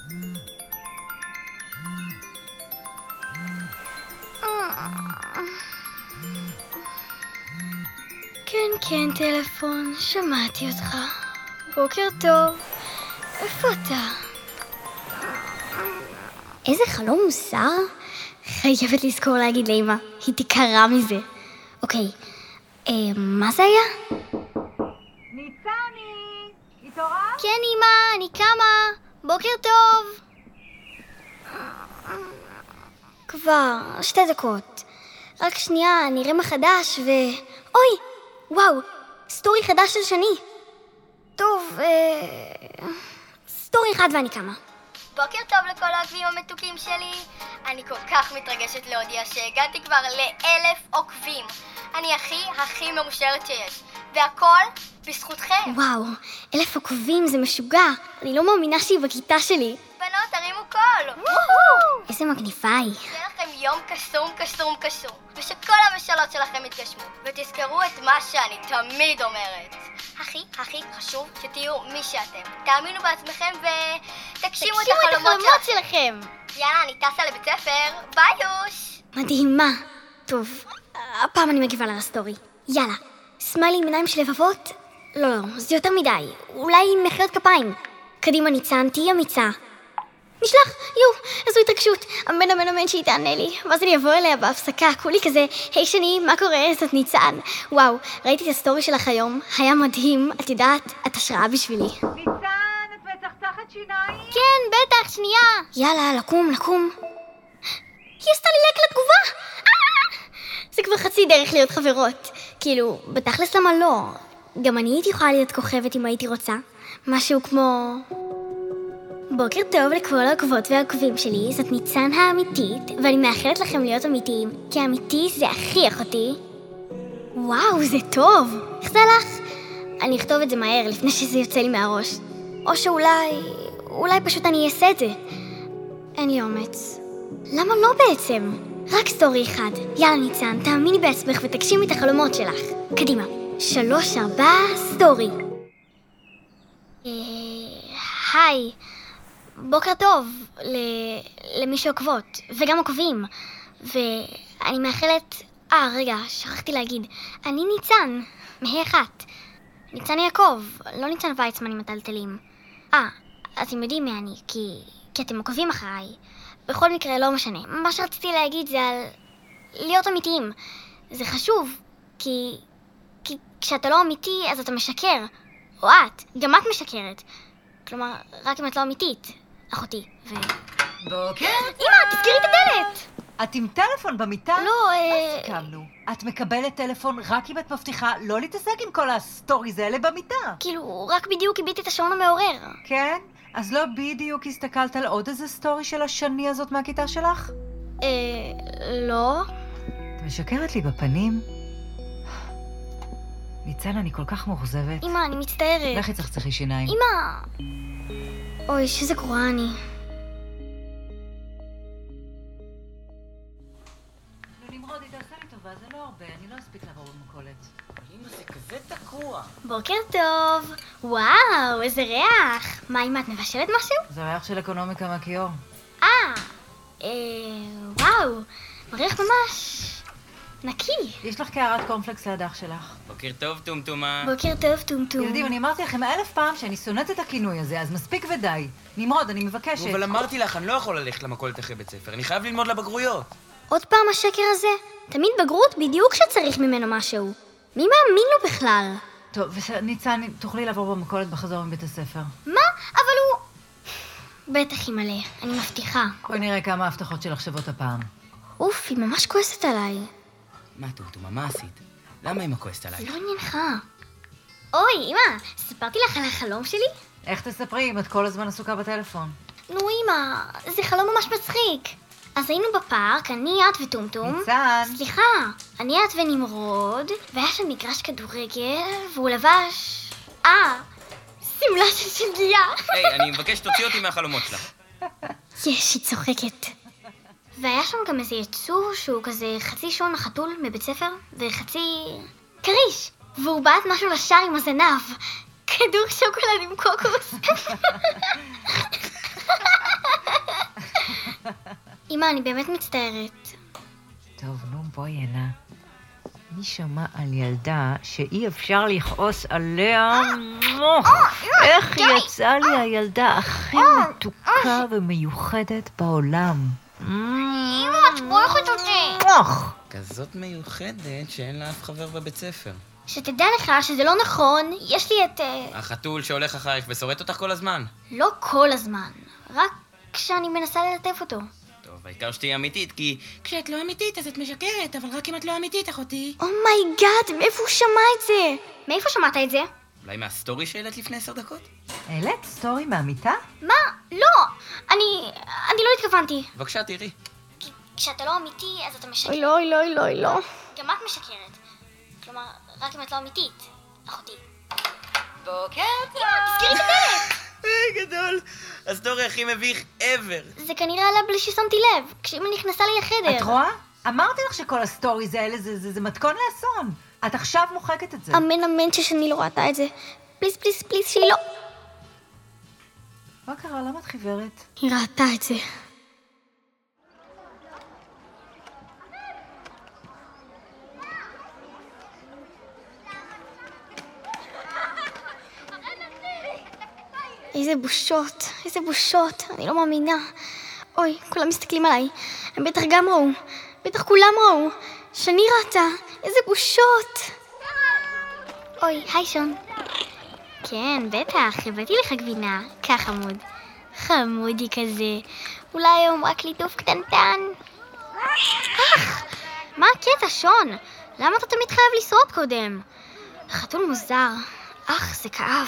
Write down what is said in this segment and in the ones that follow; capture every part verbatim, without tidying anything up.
כן, כן, טלפון, שמעתי אותך. בוקר טוב. איפה אתה? איזה חלום מוזר. חייבת לזכור להגיד לאמא, היא תקרה מזה. אוקיי, אה, מה זה היה? ניצני, התעוררת? כן, אמא, אני קמה. בוקר טוב. כבר שתי דקות. רק שנייה, נראה מה חדש ו... אוי, וואו, סטורי חדש של שני. טוב, אה... סטורי אחד ואני קמה. בוקר טוב לכל העוקבים המתוקים שלי. אני כל כך מתרגשת להודיע שהגעתי כבר לאלף עוקבים. אני הכי הכי מאושרת שיש, והכל בזכותכם. וואו, אלף עוקבים זה משוגע. אני לא מאמינה שהיא בכיתה שלי. בנות, תרימו קול. איזה מגניבה היא. שיהיה לכם יום קסום קסום קסום, ושכל המשאלות שלכם יתגשמו. ותזכרו את מה שאני תמיד אומרת. הכי הכי חשוב שתהיו מי שאתם. תאמינו בעצמכם ותגשימו את החלומות שלכם. יאללה, אני טסה לבית ספר. ביי יוש. מדהימה. טוב, הפעם אני מגיבה לה לסטורי. יאללה, סמיילי עם עיניים של לבבות? לא, לא, זה יותר מדי. אולי מחיאות כפיים. קדימה ניצן, תהי אמיצה. נשלח, יו, איזו התרגשות. אמן אמן אמן שהיא תענה לי. ואז אני אבוא אליה בהפסקה, כולי כזה, היי שני, מה קורה? זאת ניצן. וואו, ראיתי את הסטורי שלך היום, היה מדהים. את יודעת, את השראה בשבילי. ניצן, את מצחצחת שיניים? כן, בטח, שנייה. יאללה, לקום, לקום. היא עשתה לי לייק לתגובה. זה כבר חצי דרך להיות חברות. כאילו, בתכלס למה לא? גם אני הייתי יכולה להיות כוכבת אם הייתי רוצה. משהו כמו... בוקר טוב לכל העוקבות והעוקבים שלי, זאת ניצן האמיתית, ואני מאחלת לכם להיות אמיתיים, כי אמיתי זה הכי אחותי. וואו, זה טוב. איך זה הלך? אני אכתוב את זה מהר, לפני שזה יוצא לי מהראש. או שאולי... אולי פשוט אני אעשה את זה. אין לי אומץ. למה לא בעצם? רק סטורי אחד. יאללה ניצן, תאמיני בעצמך ותגשימי את החלומות שלך. קדימה. שלוש, ארבע, סטורי. אה... היי. בוקר טוב ל- למי שעוקבות, וגם עוקבים. ואני מאחלת... אה, רגע, שכחתי להגיד. אני ניצן, מהי אחת. ניצן יעקב, לא ניצן ויצמן עם הטלטלים. אה, אתם יודעים מי אני, כי, כי אתם עוקבים אחריי. בכל מקרה, לא משנה. מה שרציתי להגיד זה על להיות אמיתיים. זה חשוב, כי, כי כשאתה לא אמיתי, אז אתה משקר. או את, גם את משקרת. כלומר, רק אם את לא אמיתית. אחותי, ו... בוקר? אמא, תסגרי את הדלת! את עם טלפון במיטה? לא, אה... אז סיכמנו. את מקבלת טלפון רק אם את מבטיחה לא להתעסק עם כל הסטוריז האלה במיטה. כאילו, רק בדיוק קיביתי את השעון המעורר. כן? אז לא בדיוק הסתכלת על עוד איזה סטורי של השני הזאת מהכיתה שלך? אה... לא. את משקרת לי בפנים? ניצן, אני כל כך מאוכזבת. אמא, אני מצטערת. לכי צחצחי שיניים. אמא! אוי, שזה גרועה אני. נמרוד, היא תעשה לי טובה, זה לא הרבה, אני לא אספיק לעבור במכולת. אמא, זה כזה תקוע. בוקר טוב. וואו, איזה ריח. מה, אמא, את מבשלת משהו? זה ריח של אקונומיקה מהכיור. אה, אה, וואו, מריח ממש נקי. יש לך קערת קורנפלקס לידך שלך. בוקר טוב, טומטומה. בוקר טוב, טומטום. ילדים, אני אמרתי לכם אלף פעם שאני שונאת את הכינוי הזה, אז מספיק ודי. נמרוד, אני מבקשת. אבל אמרתי לך, אני לא יכול ללכת למכולת אחרי בית ספר, אני חייב ללמוד לבגרויות. עוד פעם השקר הזה? תמיד בגרות בדיוק שצריך ממנו משהו. מי מאמין לו בכלל? טוב, ניצן, תוכלי לעבור במכולת בחזור מבית הספר. מה? אבל הוא... בטח היא מלא, אני מבטיחה. בואי נראה כמה ההבטחות שלך שוות הפעם. אוף, היא ממש כועסת עליי. מה, טומטומה, מה עשית? למה אמא כועסת עליי? זה לא עניינך. אוי, אמא, סיפרתי לך על החלום שלי? איך תספרי אם את כל הזמן עסוקה בטלפון? נו, אמא, זה חלום ממש מצחיק. אז היינו בפארק, אני, את וטומטום. ניצן. סליחה, אני, את ונמרוד, והיה שם מגרש כדורגל, והוא לבש... אה, שמלה של שלגיה. היי, אני מבקש שתוציא אותי מהחלומות שלך. יש, היא צוחקת. והיה שם גם איזה יצור שהוא כזה חצי שעון חתול מבית ספר, וחצי... קריש! והוא בעט משהו לשער עם הזנב. כדור שוקולד עם קוקוס. אמא, אני באמת מצטערת. טוב, נו, בואי הנה. מי שמע על ילדה שאי אפשר לכעוס עליה? איך יצאה לי הילדה הכי מתוקה ומיוחדת בעולם? אמא, את בורחת אותי. אוח! כזאת מיוחדת שאין לה אף חבר בבית ספר. שתדע לך שזה לא נכון, יש לי את... אה, החתול שהולך אחרייך ושורט אותך כל הזמן. לא כל הזמן, רק כשאני מנסה ללטף אותו. טוב, העיקר שתהיי אמיתית, כי כשאת לא אמיתית אז את משקרת, אבל רק אם את לא אמיתית, אחותי. אומייגאד, מאיפה הוא שמע את זה? מאיפה שמעת את זה? אולי מהסטורי שהעלית לפני עשר דקות? העלית סטורי מהמיטה? מה? לא! אני... אני לא התכוונתי. בבקשה, תראי. כשאתה לא אמיתי, אז אתה משקר. אוי לא, אוי לא, אוי לא, אוי לא. גם את משקרת. כלומר, רק אם את לא אמיתית, אחותי. בוקר טוב. תזכירי את הדלת! היי, גדול. הסטורי הכי מביך ever. זה כנראה עלה בלי ששמתי לב, כשאמא נכנסה לי לחדר. את רואה? אמרתי לך שכל הסטוריז האלה זה, זה, זה מתכון לאסון. את עכשיו מוחקת את זה. אמן אמן ששני לא ראתה את זה. פליס פליס פליס שהיא לא... מה קרה? למה את חיוורת? היא ראתה את זה. איזה בושות, איזה בושות, אני לא מאמינה. אוי, כולם מסתכלים עליי. הם בטח גם ראו, בטח כולם ראו. שני ראתה, איזה בושות. אוי, היי שון. כן, בטח, הבאתי לך גבינה. כך חמוד. חמודי כזה. אולי היום רק ליטוף קטנטן. אך, מה הקטע, שון? למה אתה תמיד חייב לשרוד קודם? חתול מוזר. אך, זה כאב.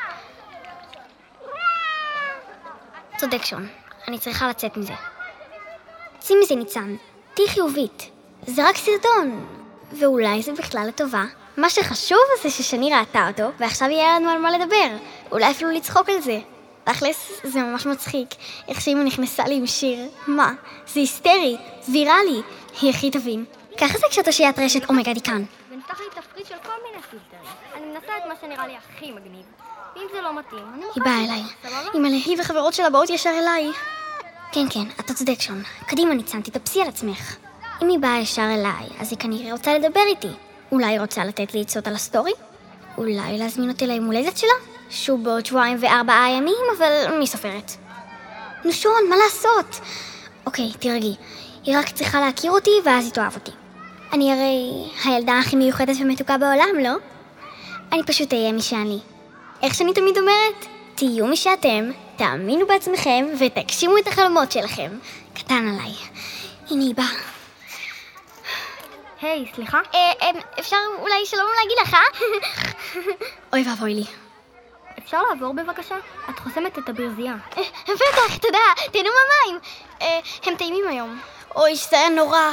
צודק שון, אני צריכה לצאת מזה. צאי מזה ניצן, תהי חיובית. זה רק סרטון, ואולי זה בכלל לטובה. מה שחשוב זה ששני ראתה אותו, ועכשיו יהיה לנו על מה לדבר. אולי אפילו לצחוק על זה. תכלס, זה ממש מצחיק, איך שאמא נכנסה לי עם שיר. מה? זה היסטרי, ויראלי, היא הכי תבין. ככה זה כשאתה שיית רשת אומגה דיקן. ונפתח לי תפריט של כל מיני פילטרים. אני מנסה את מה שנראה לי הכי מגניב. ואם זה לא מתאים, אני היא באה אליי. אמא, היא וחברות שלה באות ישר אליי. כן, כן, אתה צודק שון. קדימה ניצן, תתאפסי על עצמך. אם היא באה ישר אליי, אז היא כנראה רוצה לדבר איתי. אולי היא רוצה לתת לי עצות על הסטורי? אולי להזמין אותי ליום הולדת שלה? שוב בעוד שבועיים וארבעה ימים, אבל מי סופרת? נו שון, מה לעשות? אוקיי, תרגי. היא רק צריכה להכיר אותי ואז היא תאהב אותי. אני הרי הילדה הכי מיוחדת ומתוקה בעולם, לא? אני פשוט אהיה מי שאני. איך שאני תמיד אומרת, תהיו מי שאתם, תאמינו בעצמכם ותגשימו את החלומות שלכם. קטן עליי. הנה היא באה. היי, סליחה? אה, אה, אפשר אולי שלום להגיד לך, אה? אוי ואבוי לי. אפשר לעבור בבקשה? את חוסמת את הברזייה. אה, בטח, תודה, תהנו מהמים. אה, הם טעימים היום. אוי, זה היה נורא.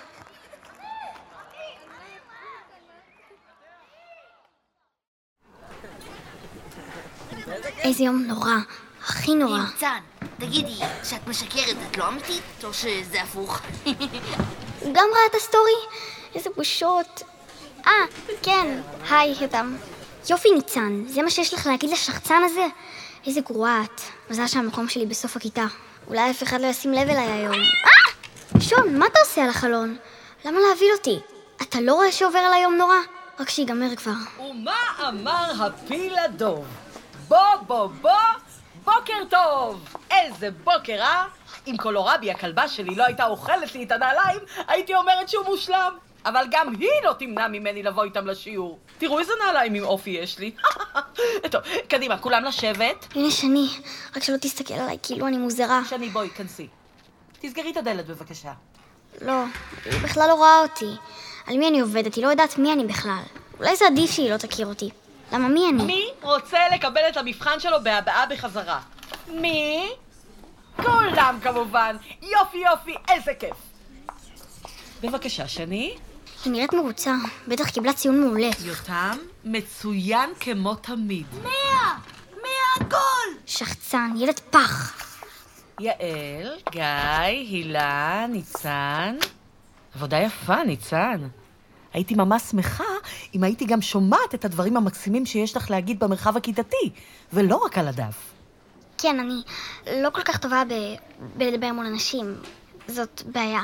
איזה יום נורא, הכי נורא. ניצן, תגידי, כשאת משקרת את לא אמיתית, או שזה הפוך? הוא גם ראה את הסטורי? איזה בושות. אה, כן, היי, יותם. יופי ניצן, זה מה שיש לך להגיד לשחצן הזה? איזה גרועה את. מזל שהמקום שלי בסוף הכיתה. אולי אף אחד לא ישים לב אליי היום. אה! שון, מה אתה עושה על החלון? למה להביא אותי? אתה לא רואה שעובר עליי יום נורא? רק שיגמר כבר. ומה אמר הפיל הדוב? בוא, בוא, בוא, בוקר טוב! איזה בוקר, אה? אם קולורבי הכלבה שלי לא הייתה אוכלת לי את הנעליים, הייתי אומרת שהוא מושלם. אבל גם היא לא תמנע ממני לבוא איתם לשיעור. תראו איזה נעליים עם אופי יש לי. טוב, קדימה, כולם לשבת. הנה שני, רק שלא תסתכל עליי כאילו אני מוזרה. שני, בואי, כנסי. תסגרי את הדלת בבקשה. לא, היא בכלל לא רואה אותי. על מי אני עובדת? היא לא יודעת מי אני בכלל. אולי זה עדיף שהיא לא תכיר אותי. למה מי אני? מי רוצה לקבל את המבחן שלו בהבעה בחזרה? מי? כולם כמובן. יופי יופי, איזה כיף. בבקשה, שני. היא נראית מרוצה, בטח קיבלה ציון מעולה. יותם, מצוין כמו תמיד. מאה! מאה עגול! שחצן, ילד פח. יעל, גיא, הילה, ניצן. עבודה יפה, ניצן. הייתי ממש שמחה אם הייתי גם שומעת את הדברים המקסימים שיש לך להגיד במרחב הכיתתי, ולא רק על הדף. כן, אני לא כל כך טובה ב... בלדבר מול אנשים. זאת בעיה.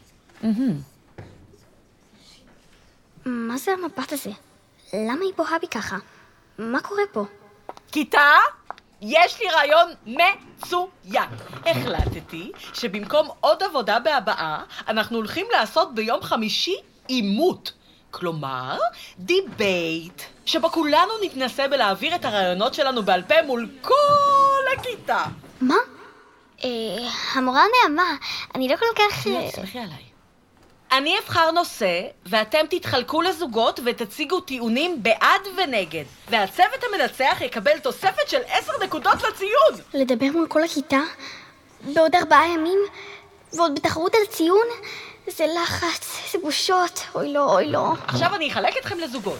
מה זה המבט הזה? למה היא בוהה בי ככה? מה קורה פה? כיתה, יש לי רעיון מצוין. החלטתי שבמקום עוד עבודה בהבאה, אנחנו הולכים לעשות ביום חמישי עימות. כלומר, דיבייט, שבו כולנו נתנסה בלהעביר את הרעיונות שלנו בעל פה מול כל הכיתה. מה? אה, המורה נעמה, אני לא כל כך... סמכי עליי. אני אבחר נושא, ואתם תתחלקו לזוגות ותציגו טיעונים בעד ונגד. והצוות המנצח יקבל תוספת של עשר נקודות לציון. לדבר מול כל הכיתה? בעוד ארבעה ימים? ועוד בתחרות על ציון? זה לחץ, זה בושות, אוי לא, אוי לא. עכשיו אני אחלק אתכם לזוגות.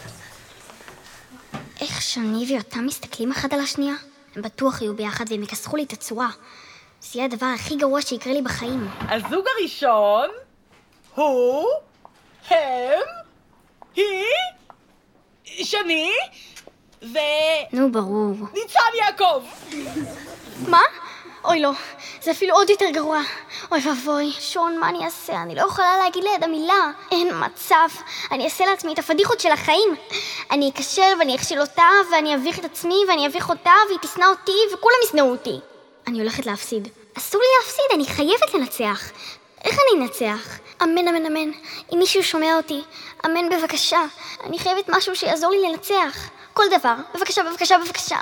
איך שני ויותם מסתכלים אחד על השנייה? הם בטוח יהיו ביחד והם יכסחו לי את הצורה. זה יהיה הדבר הכי גרוע שיקרה לי בחיים. הזוג הראשון הוא, הם, היא, שני ו... נו, ברור. ניצן יעקב. מה? אוי לא, זה אפילו עוד יותר גרוע. אוי ואבוי, שון, מה אני אעשה? אני לא יכולה להגיד ליד המילה. אין מצב. אני אעשה לעצמי את הפדיחות של החיים. אני אקשר ואני אכשיל אותה, ואני אביך את עצמי, ואני אביך אותה, והיא תשנא אותי, וכולם ישנאו אותי. אני הולכת להפסיד. אסור לי להפסיד, אני חייבת לנצח. איך אני אנצח? אמן, אמן, אמן. אם מישהו שומע אותי, אמן בבקשה. אני חייבת משהו שיעזור לי לנצח. כל דבר. בבקשה, בבקשה, בבקשה.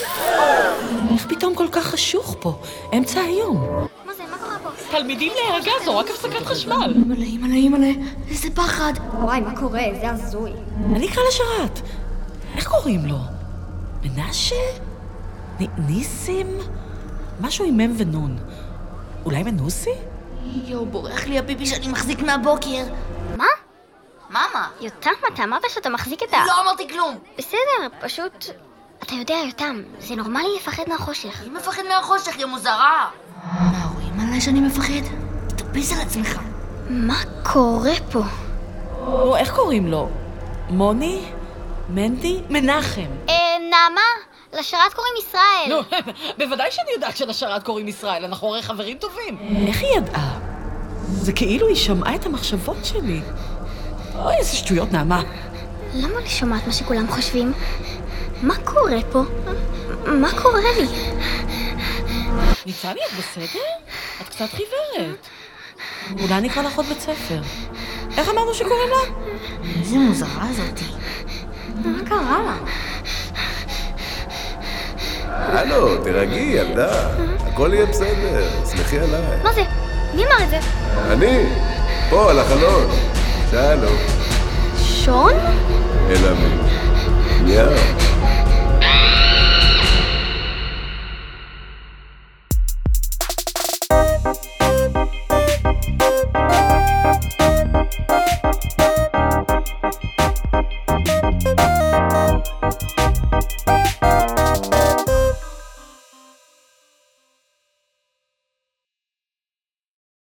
איך פתאום כל כך חשוך פה? אמצע היום. מה זה? מה קורה פה? תלמידים להירגע, זו רק הפסקת חשמל. אימא'לה, אימא'לה, אימא'לה, איזה פחד. וואי, מה קורה? זה הזוי. אני אקרא לשרת. איך קוראים לו? מנשה? נ- ניסים? משהו עם מם ונון. אולי מנוסי? יואו, בורח לי הפיפי שאני מחזיק מהבוקר. מה? מאמה, יותם, אתה אמרת שאתה מחזיק את ה... לא אמרתי כלום. בסדר, פשוט... אתה יודע, יותם, זה נורמלי לפחד מהחושך. אני מפחד מהחושך, יא מוזרה. מה, רואים עליי שאני מפחד? תטפס על עצמך. מה קורה פה? נו, איך קוראים לו? מוני? מנדי? מנחם. אה, נעמה, לשרת קוראים ישראל. נו, בוודאי שאני יודעת שלשרת קוראים ישראל, אנחנו הרי חברים טובים. איך היא ידעה? זה כאילו היא שמעה את המחשבות שלי. אוי, איזה שטויות, נעמה. למה אני שומעת מה שכולם חושבים? מה קורה פה? מה קורה לי? ניצני, את בסדר? את קצת חיוורת. אולי נקרא לך עוד בית ספר. איך אמרנו שקוראים לה? איזה מוזרה זאתי. מה קרה לה? הלו, תרגעי, ילדה. הכל יהיה בסדר, סלחי עליי. מה זה? מי אמר את זה? אני, פה על החלון. שלום. שון? אלא מי? מיהו.